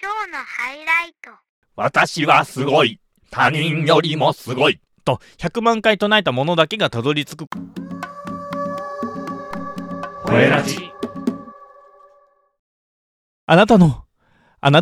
今日のハイライト。 私はすごい、他人よりもすごいと100万回唱えたものだけがたどり着くほえラジ。 あなたの間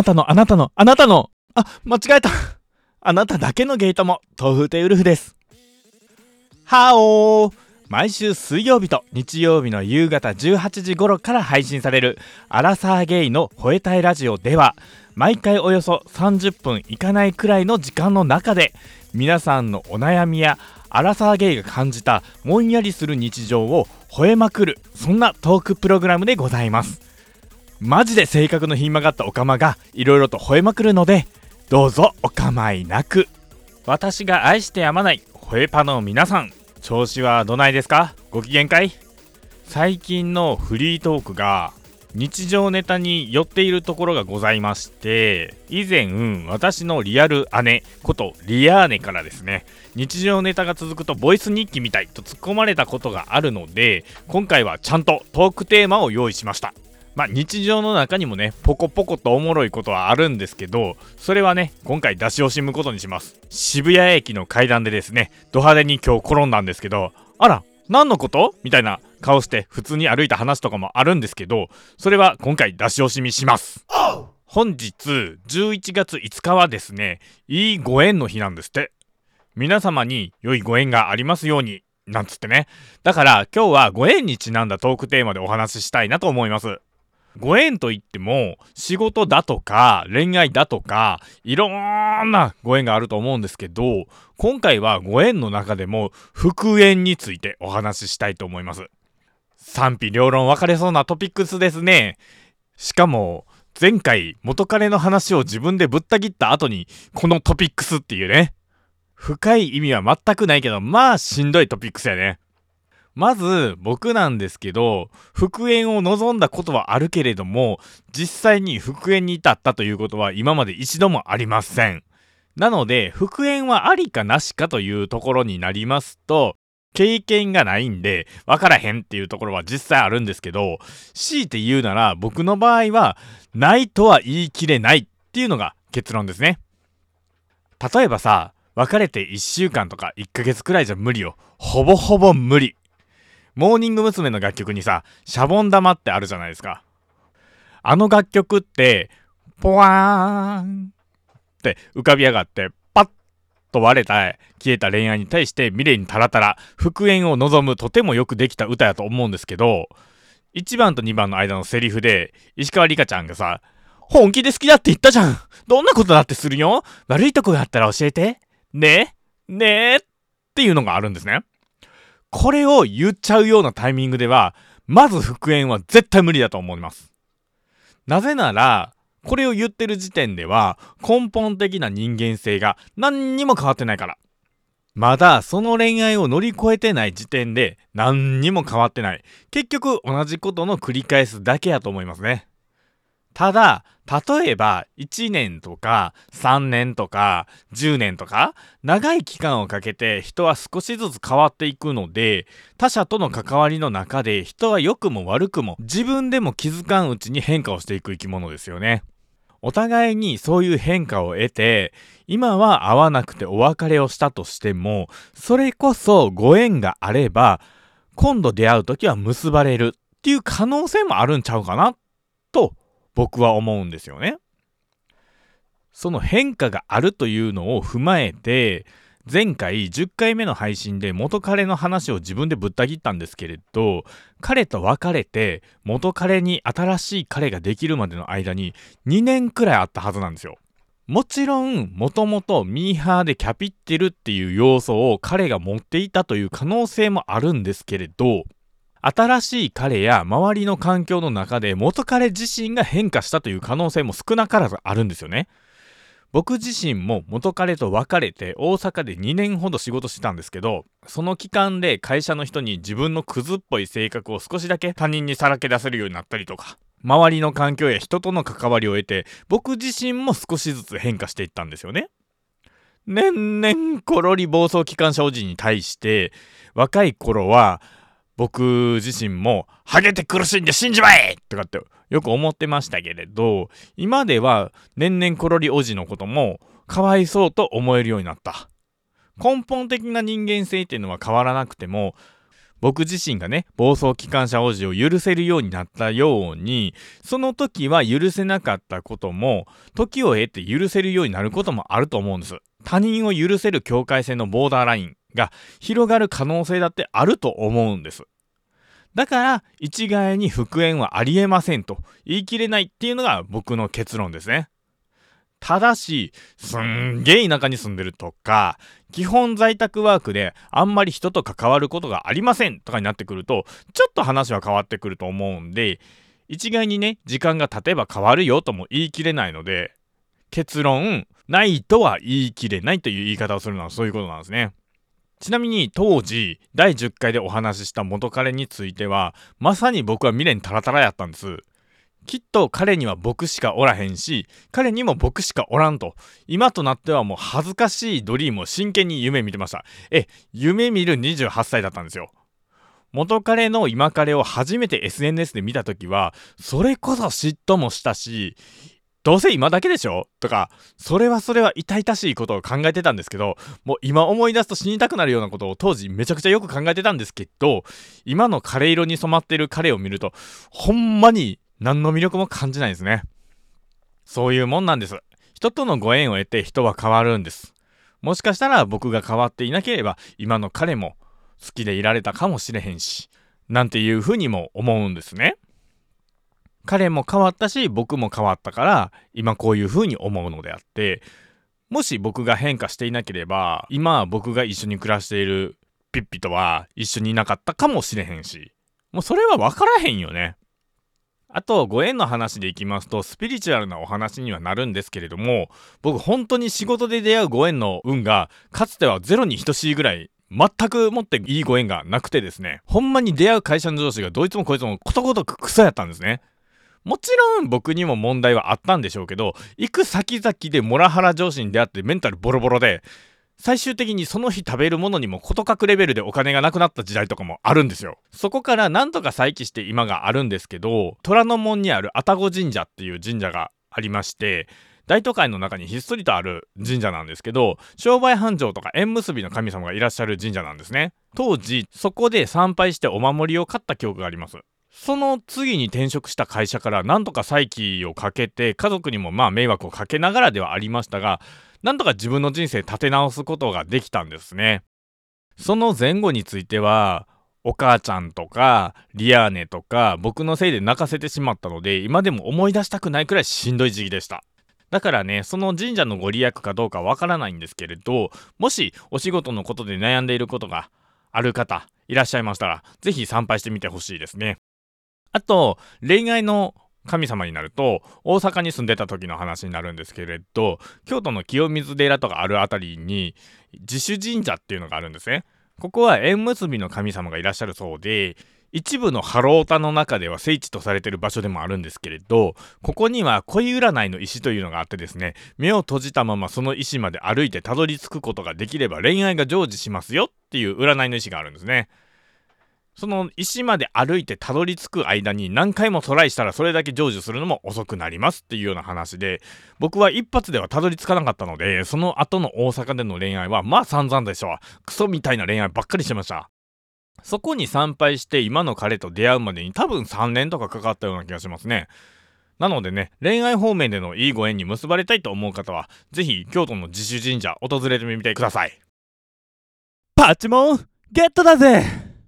違えた。あなただけのゲートも豆腐亭ウルフです。はおー、毎週水曜日と日曜日の夕方18時頃から配信されるアラサーゲイのほえたいラジオでは、毎回およそ30分いかないくらいの時間の中で皆さんのお悩みやアラサーゲイが感じたもんやりする日常を吠えまくる、そんなトークプログラムでございます。マジで性格のひん曲がったオカマがいろいろと吠えまくるので、どうぞお構いなく。私が愛してやまない吠えパの皆さん、調子はどないですか？ご機嫌かい？最近のフリートークが日常ネタに寄っているところがございまして、以前私のリアル姉ことリアーネからですね、日常ネタが続くとボイス日記みたいと突っ込まれたことがあるので、今回はちゃんとトークテーマを用意しました。日常の中にもね、ポコポコとおもろいことはあるんですけど、それはね、今回出し惜しむことにします。渋谷駅の階段でですね、ド派手に今日転んだんですけど、あら、何のことみたいな顔して普通に歩いた話とかもあるんですけど、それは今回出し惜しみします。本日11月5日はですね、いいご縁の日なんですって。皆様に良いご縁がありますように、なんつってね。だから今日はご縁にちなんだトークテーマでお話ししたいなと思います。ご縁といっても仕事だとか恋愛だとかいろんなご縁があると思うんですけど、今回はご縁の中でも復縁についてお話ししたいと思います。賛否両論分かれそうなトピックスですね。しかも前回元彼の話を自分でぶった切った後にこのトピックスっていうね、深い意味は全くないけど、しんどいトピックスやね。まず僕なんですけど、復縁を望んだことはあるけれども、実際に復縁に至ったということは今まで一度もありません。なので復縁はありかなしかというところになりますと、経験がないんで分からへんっていうところは実際あるんですけど、強いて言うなら僕の場合はないとは言い切れないっていうのが結論ですね。例えばさ、別れて1週間とか1ヶ月くらいじゃ無理よ。ほぼほぼ無理。モーニング娘。の楽曲にさ、シャボン玉ってあるじゃないですか。あの楽曲ってポワーンって浮かび上がって、パッと割れた消えた恋愛に対して未練にタラタラ復縁を望む、とてもよくできた歌やと思うんですけど、1番と2番の間のセリフで石川梨香ちゃんがさ、本気で好きだって言ったじゃん、どんなことだってするよ、悪いとこがあったら教えてねえっていうのがあるんですね。これを言っちゃうようなタイミングでは、まず復縁は絶対無理だと思います。なぜなら、これを言ってる時点では根本的な人間性が何にも変わってないから。まだその恋愛を乗り越えてない時点で何にも変わってない。結局同じことの繰り返すだけやと思いますね。ただ、例えば1年とか3年とか10年とか長い期間をかけて人は少しずつ変わっていくので、他者との関わりの中で人は良くも悪くも自分でも気づかんうちに変化をしていく生き物ですよね。お互いにそういう変化を得て、今は会わなくてお別れをしたとしても、それこそご縁があれば今度出会う時は結ばれるっていう可能性もあるんちゃうかなと僕は思うんですよね。その変化があるというのを踏まえて、前回10回目の配信で元彼の話を自分でぶった切ったんですけれど、彼と別れて元彼に新しい彼ができるまでの間に2年くらいあったはずなんですよ。もちろんもともとミーハーでキャピってるっていう要素を彼が持っていたという可能性もあるんですけれど、新しい彼や周りの環境の中で元彼自身が変化したという可能性も少なからずあるんですよね。僕自身も元彼と別れて大阪で2年ほど仕事してたんですけど、その期間で会社の人に自分のクズっぽい性格を少しだけ他人にさらけ出せるようになったりとか、周りの環境や人との関わりを得て僕自身も少しずつ変化していったんですよね。年々コロリ暴走機関車おじに対して若い頃は僕自身もハゲて苦しんで死んじまえとかってよく思ってましたけれど、今では年々コロリおじのこともかわいそうと思えるようになった。根本的な人間性っていうのは変わらなくても、僕自身がね、暴走機関車おじを許せるようになったように、その時は許せなかったことも、時を経て許せるようになることもあると思うんです。他人を許せる境界線のボーダーラインが広がる可能性だってあると思うんです。だから一概に復縁はありえませんと言い切れないっていうのが僕の結論ですね。ただし、すんげえ田舎に住んでるとか、基本在宅ワークであんまり人と関わることがありませんとかになってくると、ちょっと話は変わってくると思うんで、一概にね、時間が経てば変わるよとも言い切れないので、結論、ないとは言い切れないという言い方をするのはそういうことなんですね。ちなみに当時第10回でお話しした元彼については、まさに僕は未練タラタラやったんです。きっと彼には僕しかおらへんし、彼にも僕しかおらんと、今となってはもう恥ずかしいドリームを真剣に夢見てました。夢見る28歳だったんですよ。元彼の今彼を初めて SNS で見たときは、それこそ嫉妬もしたし、どうせ今だけでしょとか、それは痛々しいことを考えてたんですけど、もう今思い出すと死にたくなるようなことを当時めちゃくちゃよく考えてたんですけど、今の枯れ色に染まってる彼を見ると、ほんまに何の魅力も感じないですね。そういうもんなんです。人とのご縁を得て人は変わるんです。もしかしたら僕が変わっていなければ今の彼も好きでいられたかもしれへんし、なんていうふうにも思うんですね。彼も変わったし僕も変わったから今こういうふうに思うのであって、もし僕が変化していなければ今僕が一緒に暮らしているピッピとは一緒にいなかったかもしれへんし、もうそれは分からへんよね。あとご縁の話でいきますとスピリチュアルなお話にはなるんですけれども、僕本当に仕事で出会うご縁の運がかつてはゼロに等しいぐらい全くもっていいご縁がなくてですね、ほんまに出会う会社の上司がどいつもこいつもことごとくクソやったんですね。もちろん僕にも問題はあったんでしょうけど、行く先々でモラハラ上司に出会ってメンタルボロボロで、最終的にその日食べるものにもことかくレベルでお金がなくなった時代とかもあるんですよ。そこからなんとか再起して今があるんですけど、虎ノ門にある愛宕神社っていう神社がありまして、大都会の中にひっそりとある神社なんですけど、商売繁盛とか縁結びの神様がいらっしゃる神社なんですね。当時そこで参拝してお守りを買った記憶があります。その次に転職した会社からなんとか再起をかけて、家族にも迷惑をかけながらではありましたが、なんとか自分の人生立て直すことができたんですね。その前後についてはお母ちゃんとかリアーネとか僕のせいで泣かせてしまったので、今でも思い出したくないくらいしんどい時期でした。だからね、その神社のご利益かどうかわからないんですけれど、もしお仕事のことで悩んでいることがある方いらっしゃいましたら、ぜひ参拝してみてほしいですね。あと恋愛の神様になると大阪に住んでた時の話になるんですけれど、京都の清水寺とかあるあたりに自主神社っていうのがあるんですね。ここは縁結びの神様がいらっしゃるそうで、一部のハロータの中では聖地とされている場所でもあるんですけれど、ここには恋占いの石というのがあってですね、目を閉じたままその石まで歩いてたどり着くことができれば恋愛が成就しますよっていう占いの石があるんですね。その石まで歩いてたどり着く間に何回もトライしたらそれだけ成就するのも遅くなりますっていうような話で、僕は一発ではたどり着かなかったので、その後の大阪での恋愛は散々でしょう。クソみたいな恋愛ばっかりしてました。そこに参拝して今の彼と出会うまでに多分3年とかかかったような気がしますね。なのでね、恋愛方面でのいいご縁に結ばれたいと思う方はぜひ京都の自主神社訪れてみてください。パチモンゲットだぜ。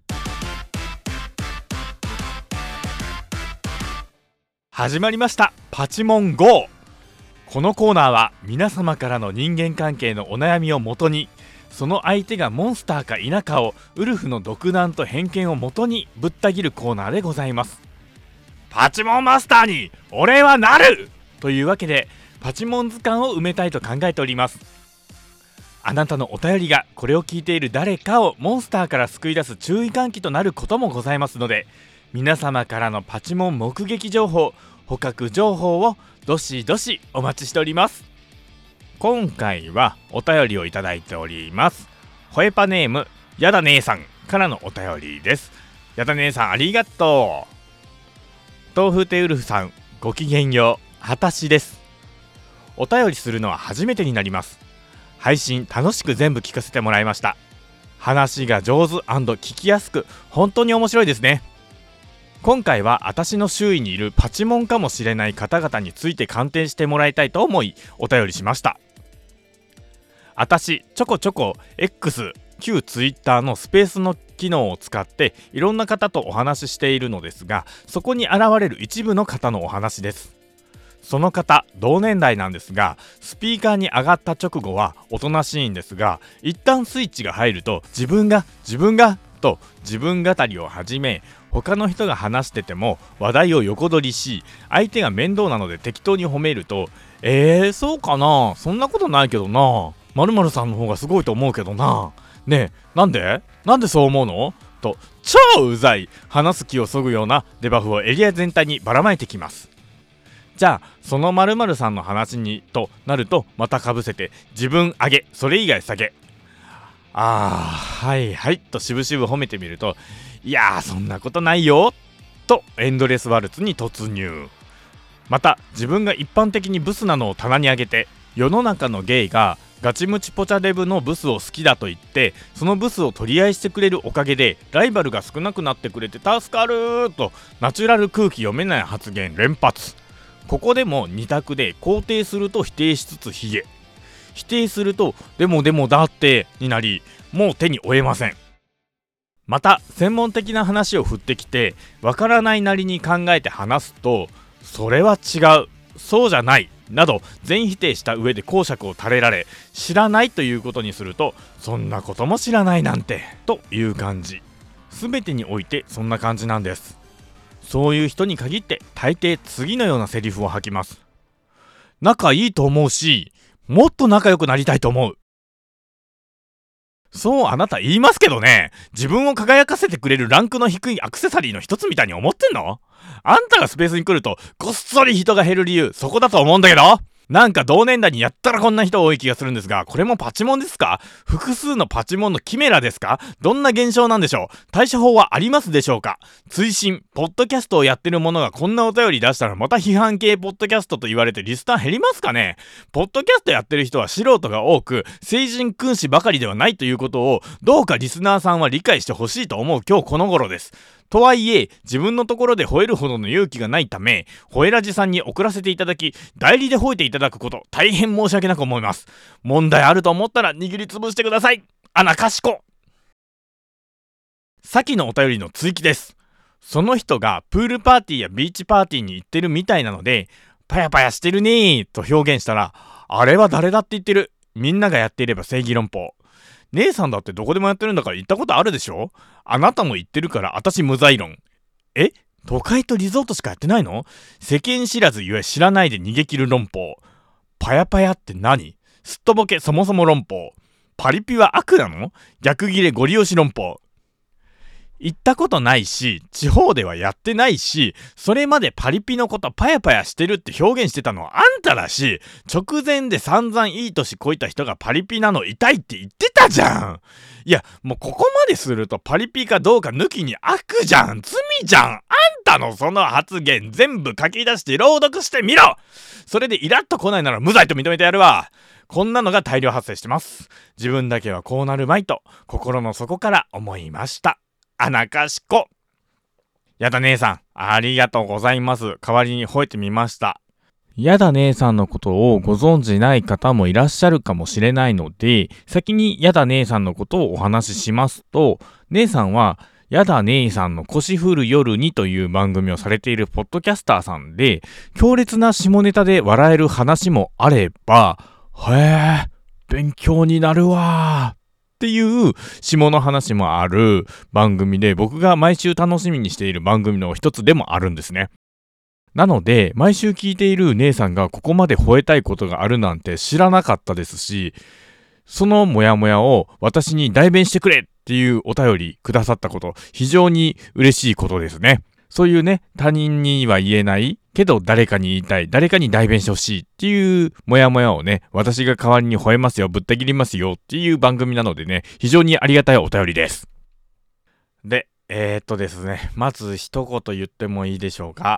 始まりましたパチモン GO。 このコーナーは皆様からの人間関係のお悩みをもとに、その相手がモンスターか否かをウルフの独断と偏見をもとにぶった切るコーナーでございます。パチモンマスターに俺はなるというわけで、パチモン図鑑を埋めたいと考えております。あなたのお便りがこれを聞いている誰かをモンスターから救い出す注意喚起となることもございますので、皆様からのパチモン目撃情報、捕獲情報をどしどしお待ちしております。今回はお便りをいただいております。ホエパネームやだ姉さんからのお便りです。やだ姉さんありがとう。 豆腐亭ウルフさん、ごきげんよう、はたしです。お便りするのは初めてになります。配信楽しく全部聞かせてもらいました。話が上手&聞きやすく本当に面白いですね。今回は私の周囲にいるパチモンかもしれない方々について鑑定してもらいたいと思いお便りしました。私ちょこちょこ X 旧 Twitter のスペースの機能を使っていろんな方とお話ししているのですが、そこに現れる一部の方のお話です。その方同年代なんですが、スピーカーに上がった直後はおとなしいんですが、一旦スイッチが入ると自分がと自分語りを始め、他の人が話してても話題を横取りし、相手が面倒なので適当に褒めると、そうかな、そんなことないけどな、〇〇さんの方がすごいと思うけどな、ねえなんでそう思うのと超うざい話す気をそぐようなデバフをエリア全体にばらまいてきます。じゃあその〇〇さんの話にとなると、またかぶせて自分上げそれ以外下げ、はいはいとしぶしぶ褒めてみると、いやーそんなことないよとエンドレスワルツに突入。また自分が一般的にブスなのを棚に上げて、世の中のゲイがガチムチポチャデブのブスを好きだと言って、そのブスを取り合いしてくれるおかげでライバルが少なくなってくれて助かるーとナチュラル空気読めない発言連発。ここでも2択で、肯定すると否定しつつヒゲ、否定するとでもだってになり、もう手に負えません。また専門的な話を振ってきて、わからないなりに考えて話すと、それは違う、そうじゃないなど全否定した上で講釈を垂れられ、知らないということにすると、そんなことも知らないなんてという感じ。全てにおいてそんな感じなんです。そういう人に限って大抵次のようなセリフを吐きます。仲いいと思うし、もっと仲良くなりたいと思う。そうあなた言いますけどね、自分を輝かせてくれるランクの低いアクセサリーの一つみたいに思ってんの？あんたがスペースに来るとこっそり人が減る理由、そこだと思うんだけど。なんか同年代にやったらこんな人多い気がするんですが、これもパチモンですか？複数のパチモンのキメラですか？どんな現象なんでしょう？対処法はありますでしょうか？追伸、ポッドキャストをやってる者がこんなお便り出したらまた批判系ポッドキャストと言われてリスナー減りますかね？ポッドキャストやってる人は素人が多く、聖人君子ばかりではないということをどうかリスナーさんは理解してほしいと思う今日この頃です。とはいえ自分のところで吠えるほどの勇気がないため、吠えラジさんに送らせていただき、代理で吠えていただくこと大変申し訳なく思います。問題あると思ったら握りつぶしてください。穴かしこ。先のお便りの追記です。その人がプールパーティーやビーチパーティーに行ってるみたいなので、パヤパヤしてるねーと表現したら、あれは誰だって言ってる、みんながやっていれば正義論法、姉さんだってどこでもやってるんだから行ったことあるでしょ。あなたも言ってるから私無罪論。都会とリゾートしかやってないの？世間知らずゆえ知らないで逃げ切る論法。パヤパヤって何？すっとぼけそもそも論法。パリピは悪なの？逆ギレゴリ押し論法。行ったことないし、地方ではやってないし、それまでパリピのことパヤパヤしてるって表現してたのはあんただし、直前で散々いい年こいた人がパリピなの痛いって言ってたじゃん。いや、もうここまでするとパリピかどうか抜きに悪じゃん、罪じゃん。あんたのその発言全部書き出して朗読してみろ。それでイラッと来ないなら無罪と認めてやるわ。こんなのが大量発生してます。自分だけはこうなるまいと心の底から思いました。穴かしこ。やだ姉さん、ありがとうございます。代わりに吠えてみました。やだ姉さんのことをご存じない方もいらっしゃるかもしれないので、先にやだ姉さんのことをお話ししますと、姉さんはやだ姉さんの腰振る夜にという番組をされているポッドキャスターさんで、強烈な下ネタで笑える話もあれば、へー、勉強になるわーっていう下の話もある番組で、僕が毎週楽しみにしている番組の一つでもあるんですね。なので毎週聞いている姉さんがここまで吠えたいことがあるなんて知らなかったですし、そのモヤモヤを私に代弁してくれっていうお便りくださったこと、非常に嬉しいことですね。そういうね、他人には言えないけど誰かに言いたい、誰かに代弁してほしいっていうモヤモヤをね、私が代わりに吠えますよ、ぶった切りますよっていう番組なのでね、非常にありがたいお便りです。でですね、まず一言言ってもいいでしょうか。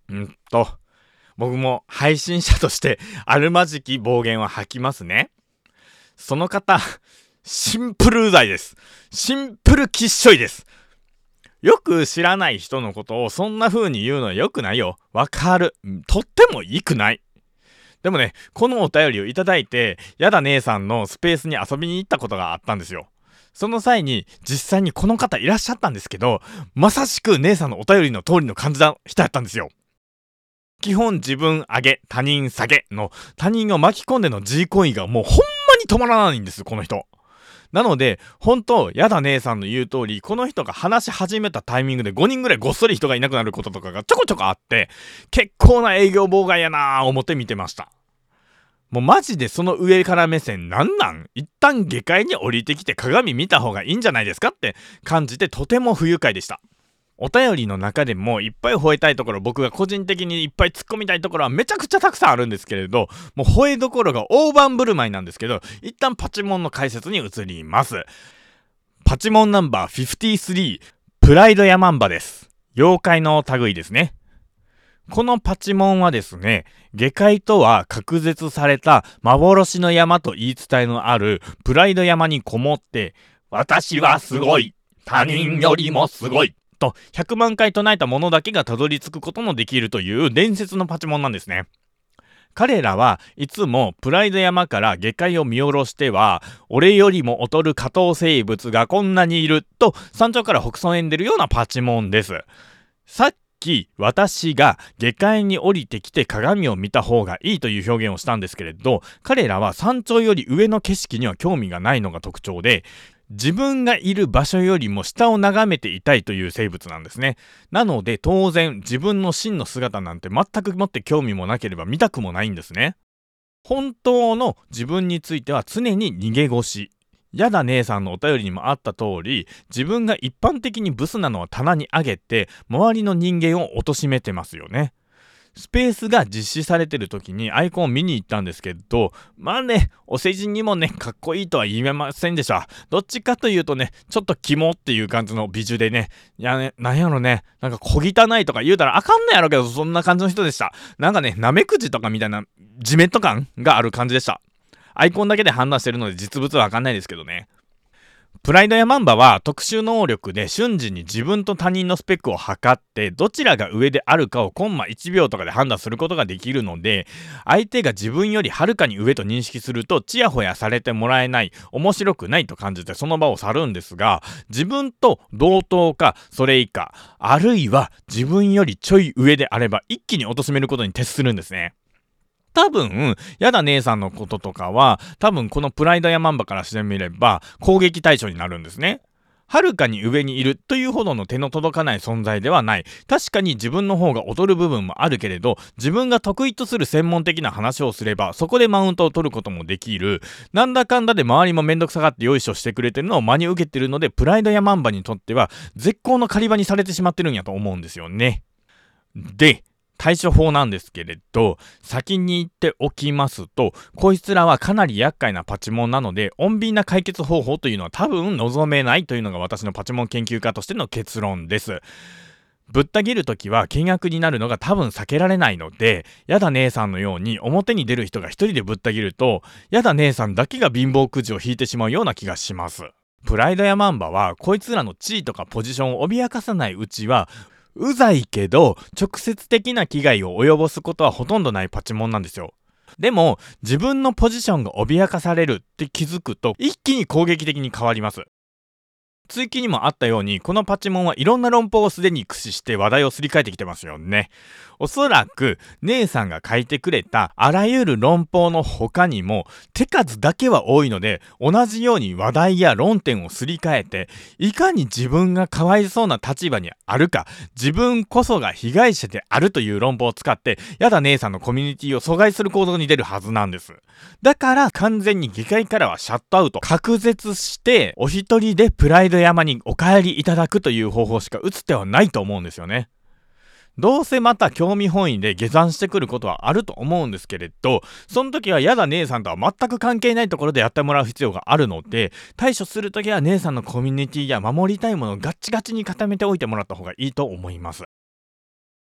僕も配信者としてあるまじき暴言は吐きますね。その方、シンプルうざいです。シンプルきっしょいです。よく知らない人のことをそんな風に言うのは良くないよ。わかる。とっても良くない。でもね、このお便りをいただいて、やだ姉さんのスペースに遊びに行ったことがあったんですよ。その際に実際にこの方いらっしゃったんですけど、まさしく姉さんのお便りの通りの感じの人やったんですよ。基本自分上げ、他人下げの他人を巻き込んでの G 行為がもうほんまに止まらないんです、この人。なので、本当やだ姉さんの言う通り、この人が話し始めたタイミングで5人ぐらいごっそり人がいなくなることとかがちょこちょこあって、結構な営業妨害やなぁ思って見てました。もうマジでその上から目線一旦下界に降りてきて鏡見た方がいいんじゃないですかって感じてとても不愉快でした。お便りの中でもいっぱい吠えたいところ、僕が個人的にいっぱい突っ込みたいところはめちゃくちゃたくさんあるんですけれど、もう吠えどころが大盤振る舞いなんですけど、一旦パチモンの解説に移ります。パチモンナンバー53、プライドヤマンバです。妖怪の類ですね。このパチモンはですね、下界とは隔絶された幻の山と言い伝えのあるプライド山にこもって、私はすごい、他人よりもすごいと100万回唱えたものだけがたどり着くことのできるという伝説のパチモンなんですね。彼らはいつもプライド山から下界を見下ろしては、俺よりも劣る下等生物がこんなにいると山頂から北総へんでるようなパチモンです。さっき私が下界に降りてきて鏡を見た方がいいという表現をしたんですけれど、彼らは山頂より上の景色には興味がないのが特徴で、自分がいる場所よりも下を眺めていたいという生物なんですね。なので当然自分の真の姿なんて全くもって興味もなければ見たくもないんですね。本当の自分については常に逃げ腰。やだ姉さんのお便りにもあった通り、自分が一般的にブスなのは棚に上げて周りの人間を貶めてますよね。スペースが実施されてる時にアイコンを見に行ったんですけど、まあね、お世辞にもね、かっこいいとは言えませんでした。どっちかというとね、ちょっとキモっていう感じの美女でね、いやね、なんやろね、なんか小汚いとか言うたらあかんのやろけど、そんな感じの人でした。なんかね、ナメクジとかみたいなジメッと感がある感じでした。アイコンだけで判断してるので実物はわかんないですけどね。プライドやマンバは特殊能力で瞬時に自分と他人のスペックを測ってどちらが上であるかをコンマ1秒とかで判断することができるので、相手が自分よりはるかに上と認識するとチヤホヤされてもらえない、面白くないと感じてその場を去るんですが、自分と同等かそれ以下、あるいは自分よりちょい上であれば一気に貶めることに徹するんですね。多分、やだ姉さんのこととかは、多分このプライドやマンバからしてみれば攻撃対象になるんですね。はるかに上にいるというほどの手の届かない存在ではない。確かに自分の方が劣る部分もあるけれど、自分が得意とする専門的な話をすれば、そこでマウントを取ることもできる。なんだかんだで周りもめんどくさがってよいしょしてくれてるのを真に受けてるので、プライドやマンバにとっては絶好の狩り場にされてしまってるんやと思うんですよね。で、対処法なんですけれど、先に言っておきますと、こいつらはかなり厄介なパチモンなので、穏便な解決方法というのは多分望めないというのが私のパチモン研究家としての結論です。ぶった切るときは険悪になるのが多分避けられないので、やだ姉さんのように表に出る人が一人でぶった切ると、やだ姉さんだけが貧乏くじを引いてしまうような気がします。プライドやマンバはこいつらの地位とかポジションを脅かさないうちは、うざいけど直接的な危害を及ぼすことはほとんどないパチモンなんですよ。でも自分のポジションが脅かされるって気づくと一気に攻撃的に変わります。追記にもあったように、このパチモンはいろんな論法をすでに駆使して話題をすり替えてきてますよね。おそらく姉さんが書いてくれたあらゆる論法の他にも手数だけは多いので、同じように話題や論点をすり替えて、いかに自分がかわいそうな立場にあるか、自分こそが被害者であるという論法を使って、やだ姉さんのコミュニティを阻害する行動に出るはずなんです。だから完全に議会からはシャットアウト、隔絶してお一人でプライド山にお帰りいただくという方法しか打つ手はないと思うんですよね。どうせまた興味本位で下山してくることはあると思うんですけれど、その時はやだ姉さんとは全く関係ないところでやってもらう必要があるので、対処する時は姉さんのコミュニティや守りたいものをガッチガチに固めておいてもらった方がいいと思います。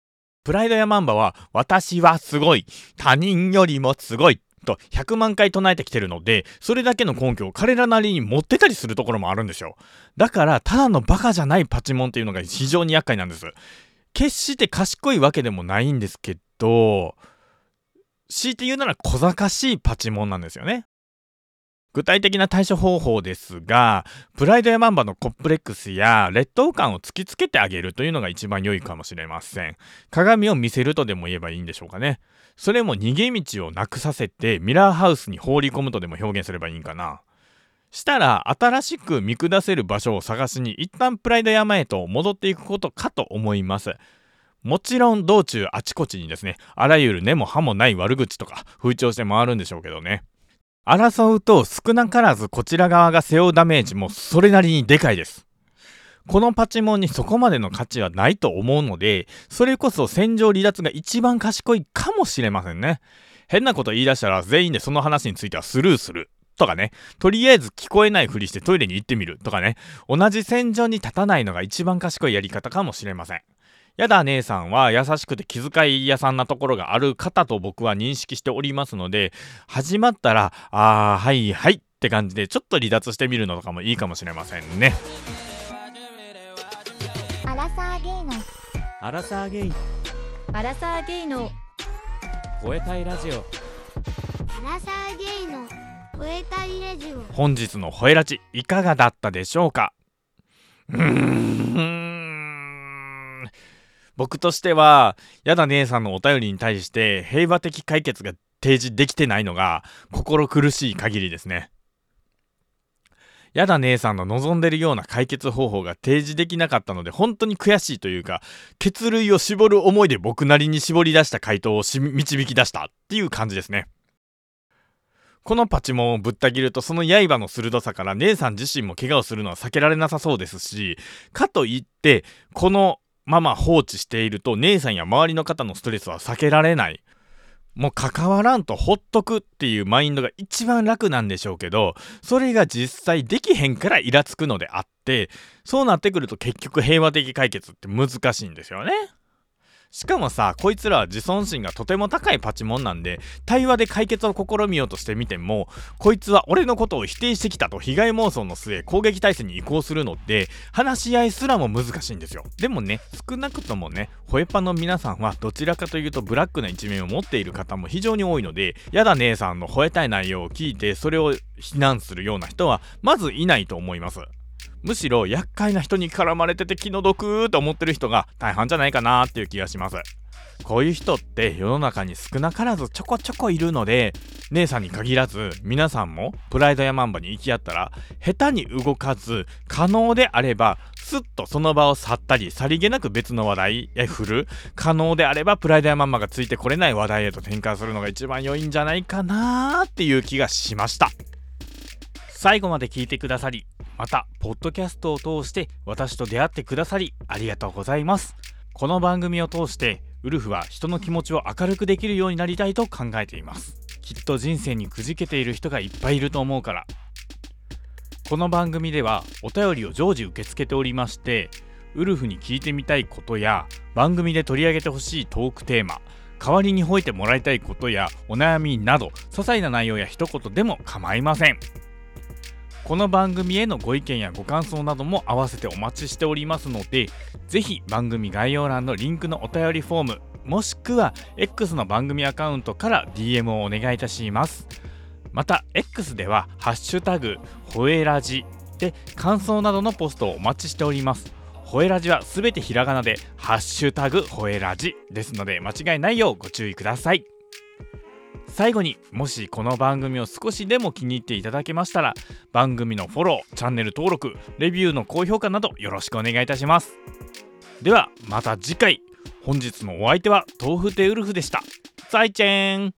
プライドやマンバは私はすごい、他人よりもすごいと100万回唱えてきてるので、それだけの根拠を彼らなりに持ってたりするところもあるんですよ。だからただのバカじゃないパチモンっていうのが非常に厄介なんです。決して賢いわけでもないんですけど、強いて言うなら小賢しいパチモンなんですよね。具体的な対処方法ですが、プライドやマンバのコンプレックスや劣等感を突きつけてあげるというのが一番良いかもしれません。鏡を見せるとでも言えばいいんでしょうかね。それも逃げ道をなくさせてミラーハウスに放り込むとでも表現すればいいんかな。したら新しく見下せる場所を探しに一旦プライド山へと戻っていくことかと思います。もちろん道中あちこちにですね、あらゆる根も葉もない悪口とか風潮して回るんでしょうけどね。争うと少なからずこちら側が背負うダメージもそれなりにでかいです。このパチモンにそこまでの価値はないと思うので、それこそ戦場離脱が一番賢いかもしれませんね。変なこと言い出したら全員でその話についてはスルーするとかね、とりあえず聞こえないふりしてトイレに行ってみるとかね、同じ戦場に立たないのが一番賢いやり方かもしれません。やだ姉さんは優しくて気遣い屋さんなところがある方と僕は認識しておりますので、始まったらはいはいって感じでちょっと離脱してみるのとかもいいかもしれませんね。 アラサーゲイのアラサーゲイアラサーゲイの吠えたいラジオ。 アラサーゲイの吠えたいラジオ。 本日の吠えラジいかがだったでしょうか。僕としてはやだ姉さんのお便りに対して平和的解決が提示できてないのが心苦しい限りですね。やだ姉さんの望んでるような解決方法が提示できなかったので本当に悔しいというか、血類を絞る思いで僕なりに絞り出した回答を導き出したっていう感じですね。このパチモンをぶった切るとその刃の鋭さから姉さん自身も怪我をするのは避けられなさそうですし、かといってこのまま放置していると姉さんや周りの方のストレスは避けられない。もう関わらんとほっとくっていうマインドが一番楽なんでしょうけど、それが実際できへんからイラつくのであって、そうなってくると結局平和的解決って難しいんですよね。しかもさ、こいつらは自尊心がとても高いパチモンなんで、対話で解決を試みようとしてみても、こいつは俺のことを否定してきたと被害妄想の末攻撃態勢に移行するので、話し合いすらも難しいんですよ。でもね、少なくともね、ホエパの皆さんはどちらかというとブラックな一面を持っている方も非常に多いので、やだ姉さんの吠えたい内容を聞いてそれを非難するような人はまずいないと思います。むしろ厄介な人に絡まれてて気の毒と思ってる人が大半じゃないかなっていう気がします。こういう人って世の中に少なからずちょこちょこいるので、姉さんに限らず皆さんもプライドやマンバに行き合ったら下手に動かず、可能であればスッとその場を去ったり、さりげなく別の話題へ振る、可能であればプライドやマンバがついてこれない話題へと転換するのが一番良いんじゃないかなっていう気がしました。最後まで聞いてくださり、またポッドキャストを通して私と出会ってくださりありがとうございます。この番組を通してウルフは人の気持ちを明るくできるようになりたいと考えています。きっと人生にくじけている人がいっぱいいると思うから。この番組ではお便りを常時受け付けておりまして、ウルフに聞いてみたいことや番組で取り上げてほしいトークテーマ、代わりに吠えてもらいたいことやお悩みなど些細な内容や一言でも構いません。この番組へのご意見やご感想なども合わせてお待ちしておりますので、ぜひ番組概要欄のリンクのお便りフォーム、もしくは X の番組アカウントから DM をお願いいたします。また X ではハッシュタグほえラジで感想などのポストをお待ちしております。ほえラジはすべてひらがなでハッシュタグほえラジですので間違いないようご注意ください。最後に、もしこの番組を少しでも気に入っていただけましたら、番組のフォロー、チャンネル登録、レビューの高評価などよろしくお願いいたします。ではまた次回。本日のお相手は豆腐テウルフでした。再见。